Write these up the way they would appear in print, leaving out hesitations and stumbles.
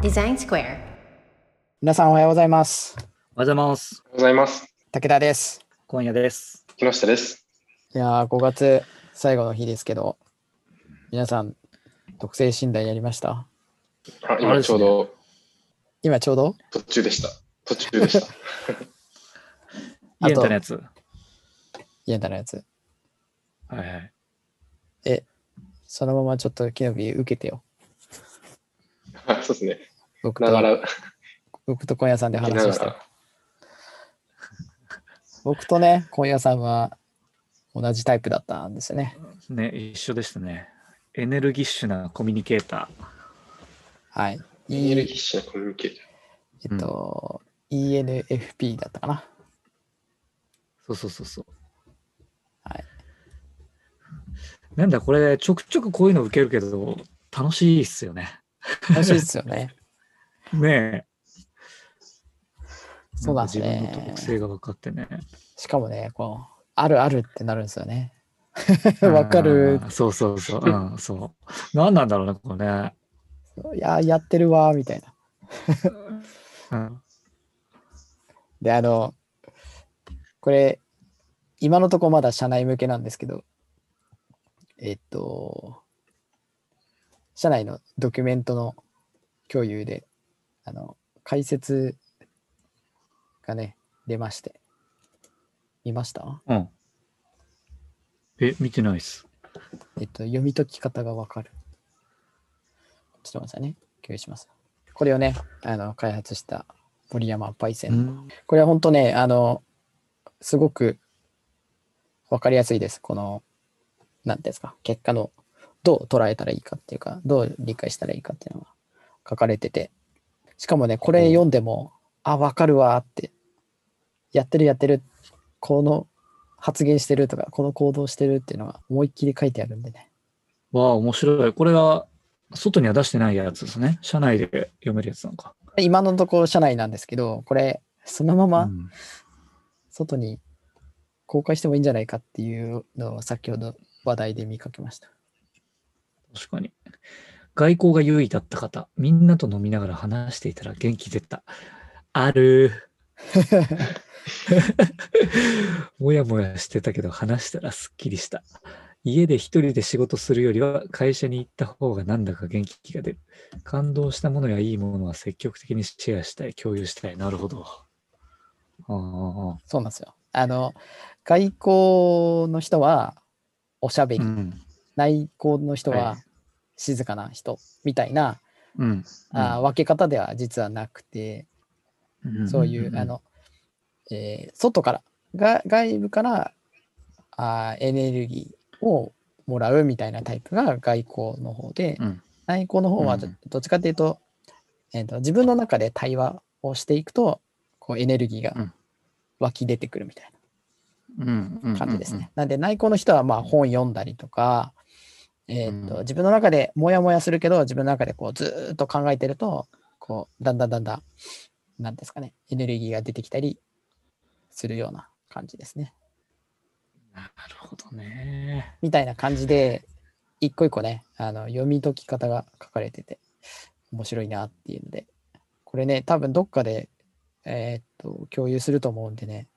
デザインスクエア。 皆さんおはようございます。 おはようございます。 おはようございます。 武田です。 今夜です。 木下です。 いやー、5月最後の日ですけど、皆さん、特性診断やりました？ 今ちょうど。 今ちょうど途中でした。 イエンタのやつ。 イエンタのやつ。 はいはい。 そのままちょっと木の実受けてよ。 そうですね。 僕と今夜さんで話して。僕とね、今夜さんは同じタイプだったんですよね。 ね、一緒でしたね。エネルギッシュなコミュニケーター。 はい。エネルギッシュなコミュニケーター。ENFP だったかな。 そう。 はい。 なんだこれ、ちょくちょくこういうの受けるけど、楽しいっすよね。 楽しいっすよね。 ねえ。 そうなんですね。 自分の特性が分かってね。 しかもね、あるあるってなるんですよね。わかる。 そう。そう。何なんだろうね、これね。 いや、やってるわ、みたいな。で、これ、今のところまだ社内向けなんですけど、社内のドキュメントの共有で、解説がね、出まして。見ました？ うん。見てないっす。 読み解き方がわかる。ちょっと待ってくださいね。共有します。これをね、開発した森山パイセン。これは本当ね、すごくわかりやすいです。なんですか、結果のどう捉えたらいいかっていうか、どう理解したらいいかっていうのが書かれてて、しかもね、これ読んでも、わかるわって、やってる、この発言してるとか、この行動してるっていうのが思いっきり書いてあるんでね。 わあ、面白い。これは外には出してないやつですね。社内で読めるやつなのか。 今のところ社内なんですけど、これ、そのまま外に公開してもいいんじゃないかっていうのを先ほど話題で見かけました。 確かに。外交が優位だった方、みんなと飲みながら話していたら元気出た。ある。もやもやしてたけど話したらすっきりした。家で一人で仕事するよりは会社に行った方がなんだか元気が出る。感動したものやいいものは積極的にシェアしたい、共有したい。なるほど。 そうなんですよ。外交の人はおしゃべり、内向の人は静かな人みたいな、分け方では実はなくて、そういう外から外部からエネルギーをもらうみたいなタイプが外交の方で、内向の方はどっちかというと、自分の中で対話をしていくとエネルギーが湧き出てくるみたいな感じですね。なんで内向の人は本読んだりとか、自分の中でモヤモヤするけど、自分の中でずっと考えてるとだんだんなんですかね、エネルギーが出てきたりするような感じですね。 なるほどね。 みたいな感じで一個一個ね、読み解き方が書かれてて面白いなっていうので、これね、多分どっかで共有すると思うんでね、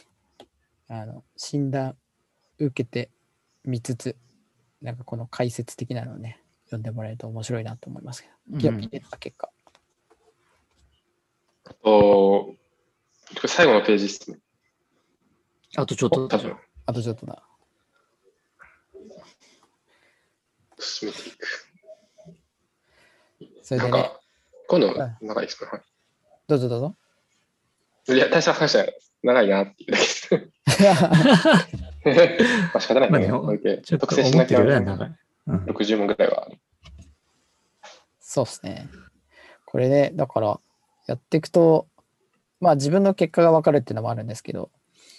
診断受けてみつつ、なんかこの解説的なのをね、読んでもらえると面白いなと思いますけど、キヨピー出た結果。 これ最後のページですね。 あとちょっと。 あとちょっとだ。 進めていく。 それでね。 今度長いですか？はい。 どうぞ。 いや、大した話じゃないです。長いなっていうだけです。仕方ないね。特性しなきゃ60問ぐらいはある。 そうですね。これね、だからやっていくと、自分の結果が分かるっていうのもあるんですけど、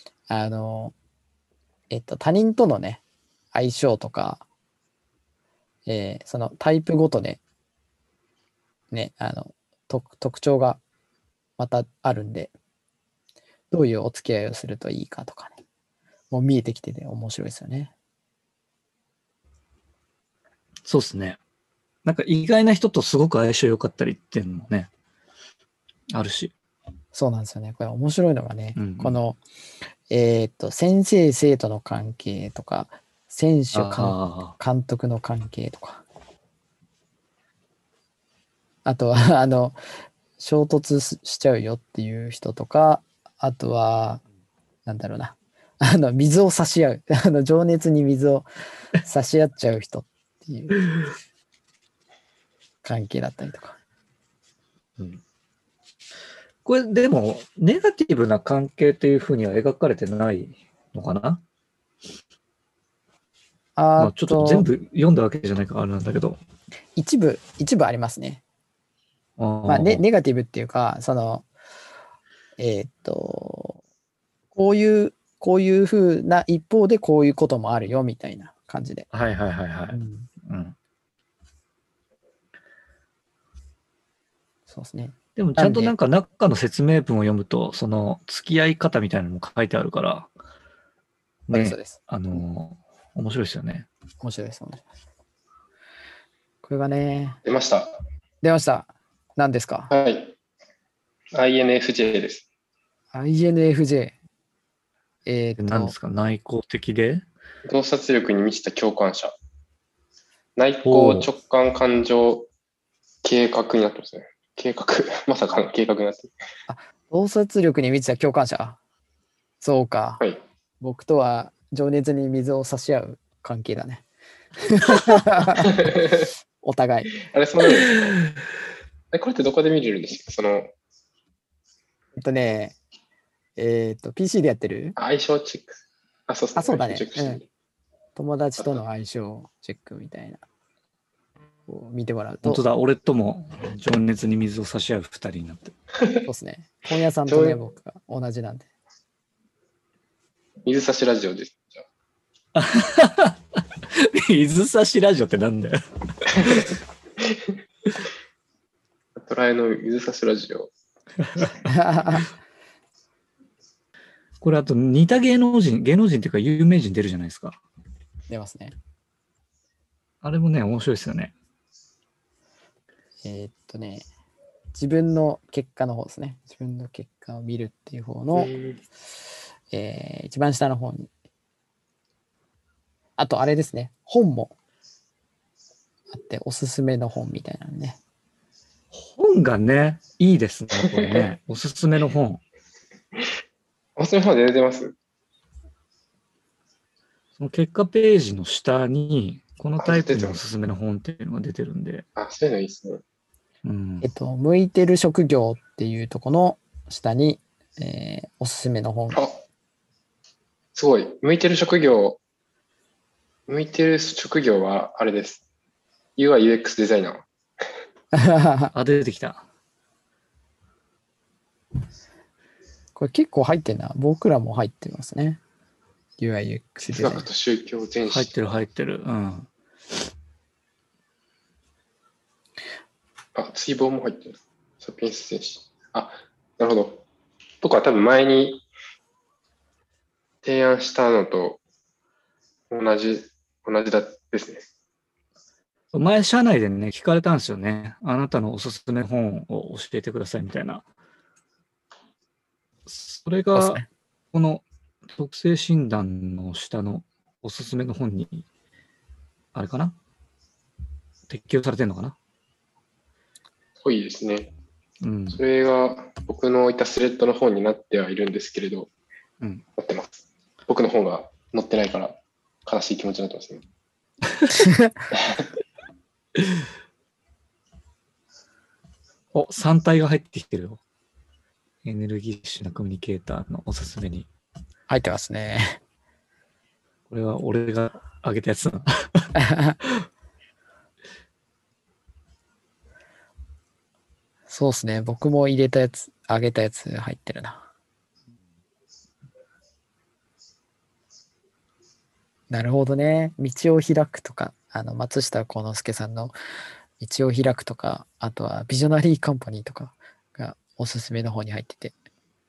他人とのね、相性とか、そのタイプごとで、ね、特徴がまたあるんで、どういうお付き合いをするといいかとかね、もう見えてきてて面白いですよね。 そうですね。 なんか意外な人とすごく相性良かったりっていうのもね、あるし。 そうなんですよね。これ面白いのがね、 うんうん、 この、先生生徒の関係とか、選手監督の関係とか、あとは衝突しちゃうよっていう人とか、あとはなんだろうな、水を差し合う情熱に水を差し合っちゃう人っていう関係だったりとか、 うん、これでもネガティブな関係っていうふうには描かれてないのかな。まあ、ちょっと全部読んだわけじゃないからあれなんだけど、 一部ありますね。まあ、ネガティブっていうか、そのこういうふうな一方でこういうこともあるよみたいな感じで。 はいはいはいはい。うん。 そうですね。 でもちゃんとなんか中の説明文を読むと、その付き合い方みたいなのも書いてあるから、ね、 そうです。 面白いですよね。 面白いです。これがね。 出ました。 出ました。何ですか？ はい。INFJ です。 INFJ。 何ですか？内向的で洞察力に満ちた共感者。内向直感感情計画になってますね。計画。まさかの計画になってる。 洞察力に満ちた共感者。そうか。 はい。 僕とは情熱に水を差し合う関係だね。お互い。 あれ、そうなんですか？これってどこで見れるんですか？その。 PC でやってる？ 相性チェック。そうですね。 そうだね。友達との相性チェックみたいな。を見てもらうと。 本当だ、俺とも情熱に水を差し合う2人になってる。 そうですね。本屋さんとね、僕が同じなんで。 水差しラジオです。じゃあ水差しラジオってなんだよ。 トライの水差しラジオ。 これあと似た芸能人っていうか有名人出るじゃないですか。 出ますね。 あれもね、面白いですよね。 自分の結果の方ですね。自分の結果を見るっていう方の、一番下の方に。あとあれですね。本もあって、おすすめの本みたいなのね。 本がね、いいですね、これね。おすすめの本。 おすすめの本で出てます？ その結果ページの下に、このタイプのおすすめの本っていうのが出てるんで。 そういうのいいですね。 うん、 向いてる職業っていうところの下に、おすすめの本。 すごい。向いてる職業はあれです。UI UX デザイナー。出てきた。 これ結構入ってんな。僕らも入ってますね。UI UX 哲学と宗教全史。 入ってる。うん。 追望も入ってる。サピエンス全史。なるほど。僕は多分前に提案したのと同じですね。 前、社内でね、聞かれたんですよね。あなたのおすすめ本を教えてくださいみたいな。それが、この特性診断の下のおすすめの本に、あれかな？適用されてるのかな？ ぽいですね。 うん。 それが僕のいたスレッドの本になってはいるんですけれど、載ってます。僕の本が載ってないから悲しい気持ちになってますね。 3体が入ってきてるよ。エネルギッシュなコミュニケーターのおすすめに。 入ってますね。 これは俺があげたやつだ。 そうですね。僕も入れたやつ、あげたやつ入ってるな。なるほどね。道を開くとか、松下幸之助さんの道を開くとか、あとはビジョナリーカンパニーとかがおすすめの方に入ってて、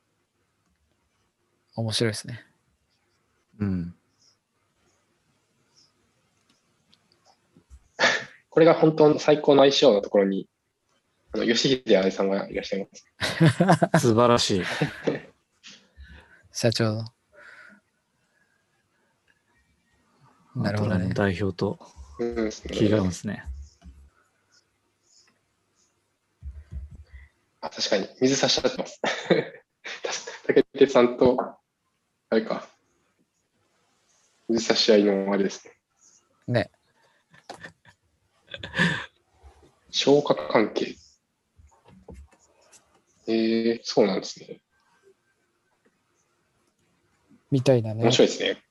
面白いですね。 ここれが本当の最高の相性のところに、吉秀愛さんがいらっしゃいます。素晴らしい。 社長。なるほどね。 代表と気が合うんですね。 確かに、水差し合ってます。竹手さんと、あれか、水差し合いのあれですね。 ね。 消化関係。そうなんですね。 みたいなね。 面白いですね。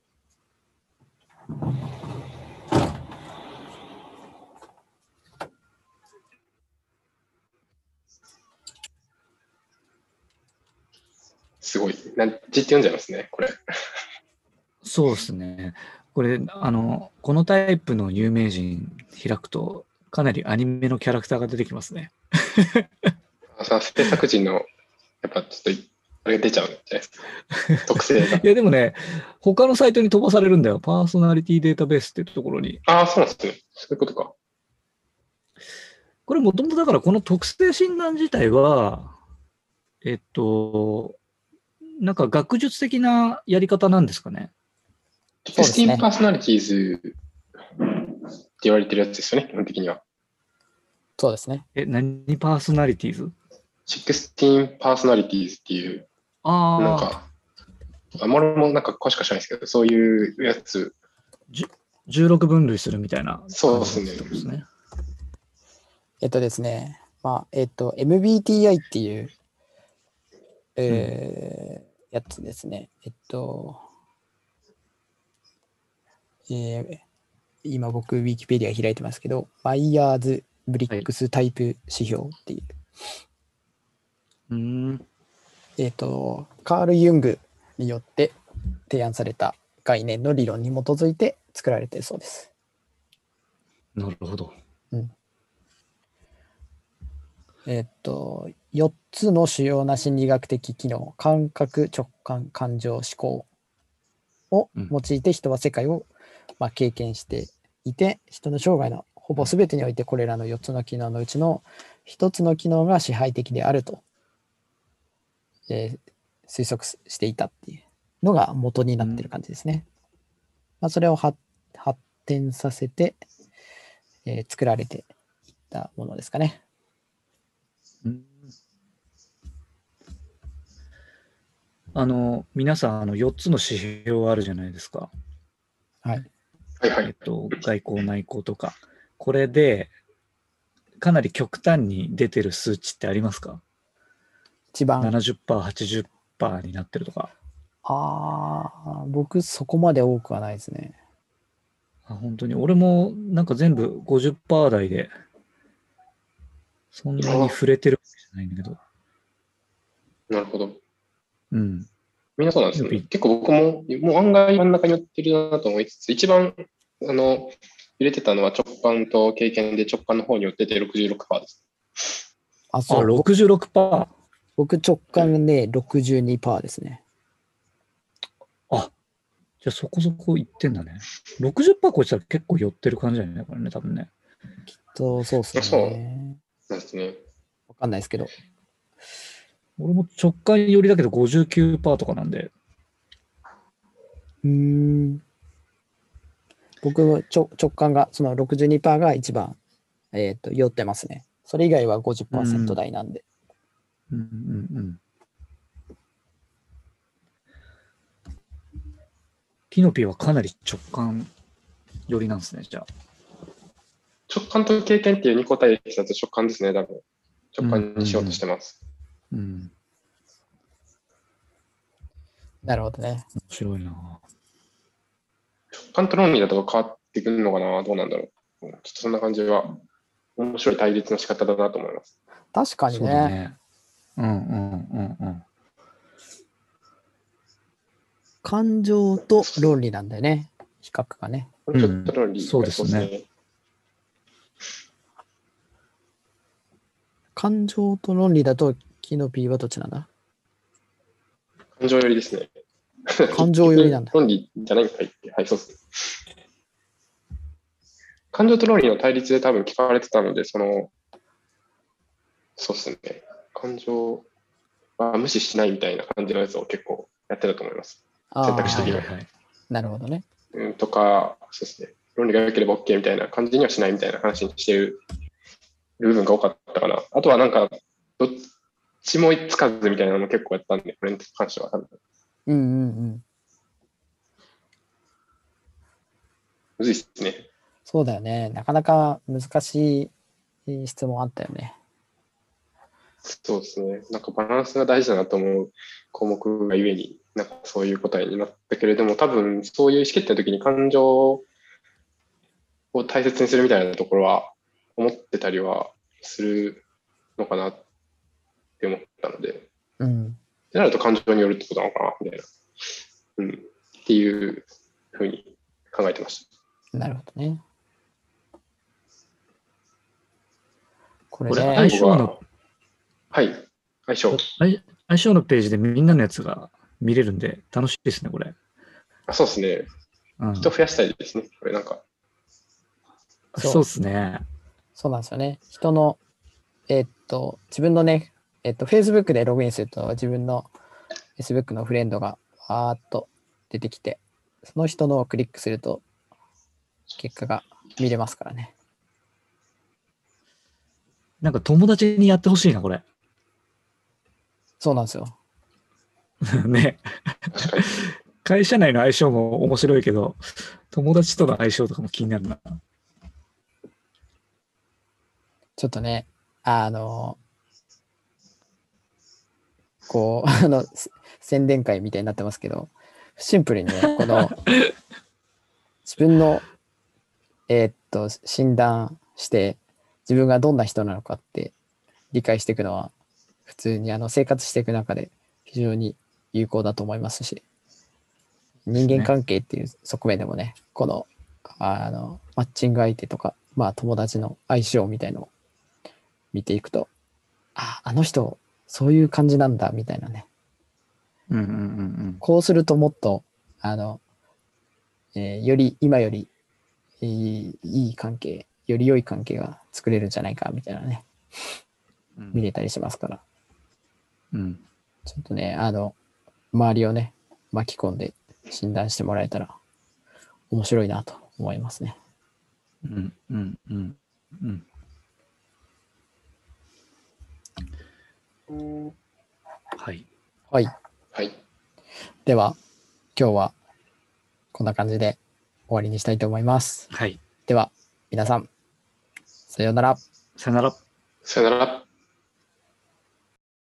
すごい。じって読んじゃいますね、これ。 そうですね。これ、このタイプの有名人開くと、かなりアニメのキャラクターが出てきますね。 制作陣の、やっぱちょっと、あれが出ちゃうんじゃないですか。特性が。 いや、でもね、他のサイトに飛ばされるんだよ。パーソナリティデータベースっていうところに。 ああ、そうなんですね。そういうことか。 これもともとだからこの特性診断自体は、なんか学術的なやり方なんですかね。 16パーソナリティーズって言われてるやつですよね、基本的には。 そうですね。 何パーソナリティーズ ?16 パーソナリティーズっていう、なんか、俺もなんか詳しくは知らないですけど、そういうやつ。 16分類するみたいな。 そうですね。 ですね、MBTI っていう、やつですね。今僕、ウィキペディア開いてますけど、マイヤーズ・ブリックスタイプ指標っていう。カール・ユングによって提案された概念の理論に基づいて作られているそうです。 なるほど。 4つの主要な心理学的機能、感覚、直感、感情、思考を用いて人は世界を、経験していて、人の生涯のほぼ全てにおいてこれらの4つの機能のうちの1つの機能が支配的であると、推測していたっていうのが元になってる感じですね。それを発展させて、作られていったものですかね。 皆さん4つの指標あるじゃないですか。 はい。 外交内交とか。これでかなり極端に出てる数値ってありますか？ 一番 70%、80% になってるとか。 僕そこまで多くはないですね。 本当に俺もなんか全部 50% 台でそんなに触れてるわけじゃないんだけど。 なるほど。 みんなそうなんですね。結構僕もう案外真ん中に寄ってるなと思いつつ、一番入れてたのは直感と経験で直感の方に寄ってて 66% です。 そう。 66%。 僕直感で62% ですね。 じゃあそこそこいってんだね。60% 超えたら結構寄ってる感じだよね、これね、多分ね。 きっとそうっすね。 そうなんですね。 わかんないですけど。 俺も直感寄りだけど 59% とかなんで。 僕は直感が、その 62% が一番、寄ってますね。それ以外は 50% 台なんで。 キノピーはかなり直感寄りなんですね、じゃあ。 直感と経験っていう2個対比だと直感ですね、多分。直感にしようとしてます。 なるほどね。 面白いな。 直感と論理だと変わってくるのかな、どうなんだろう。ちょっとそんな感じは面白い対立の仕方だなと思います。 確かにね。感情と論理なんだよね。比較がね。 感情と論理、 そうですね。 感情と論理だと、キノピーはどっちなんだ？ 感情寄りですね。 感情寄りなんだ。 論理じゃないんかいって。はい、そうです。 感情と論理の対立で多分聞かれてたので、そうですね。感情は無視しないみたいな感じのやつを結構やってたと思います。選択肢的には。 なるほどね。 とか、そうですね。論理が良ければ OK みたいな感じにはしないみたいな話にしてる部分が多かったかな。あとはなんか、どっちもつかずみたいなのも結構やったんで、これに関しては。 うんうんうん。 むずいっすね。 そうだよね。なかなか難しい質問あったよね。 そうですね。なんかバランスが大事だなと思う項目がゆえに、なんかそういう答えになったけれども、多分そういう意思決定の時に感情を大切にするみたいなところは思ってたりはするのかなって思ったので、 うん。 ってなると感情によるってことなのかなみたいな、っていうふうに考えてました。 なるほどね。 これ相性の、 はい、相性のページでみんなのやつが見れるんで楽しいですね、これ。 そうですね。人増やしたいですね、これなんか。 そうですね。 そうなんですよね。人の、自分のね、Facebook でログインすると自分の Facebook のフレンドがわーっと出てきて、その人のをクリックすると結果が見れますからね。 なんか友達にやってほしいな、これ。 そうなんですよ。 ね。会社内の相性も面白いけど、友達との相性とかも気になるな。 ちょっとね、宣伝会みたいになってますけど、シンプルにね、この、自分の、診断して、自分がどんな人なのかって理解していくのは、普通に生活していく中で非常に有効だと思いますし、人間関係っていう側面でもね、この、マッチング相手とか、まあ友達の相性みたいのを見ていくと、あの人、そういう感じなんだ、みたいなね。こうするともっと、今よりいい関係、より良い関係が作れるんじゃないか、みたいなね。見れたりしますから。ちょっとね、周りをね、巻き込んで診断してもらえたら面白いなと思いますね。 はい。 はい。 はい。 では、今日はこんな感じで終わりにしたいと思います。 はい。 では、皆さん、さようなら。 さよなら。 さよなら。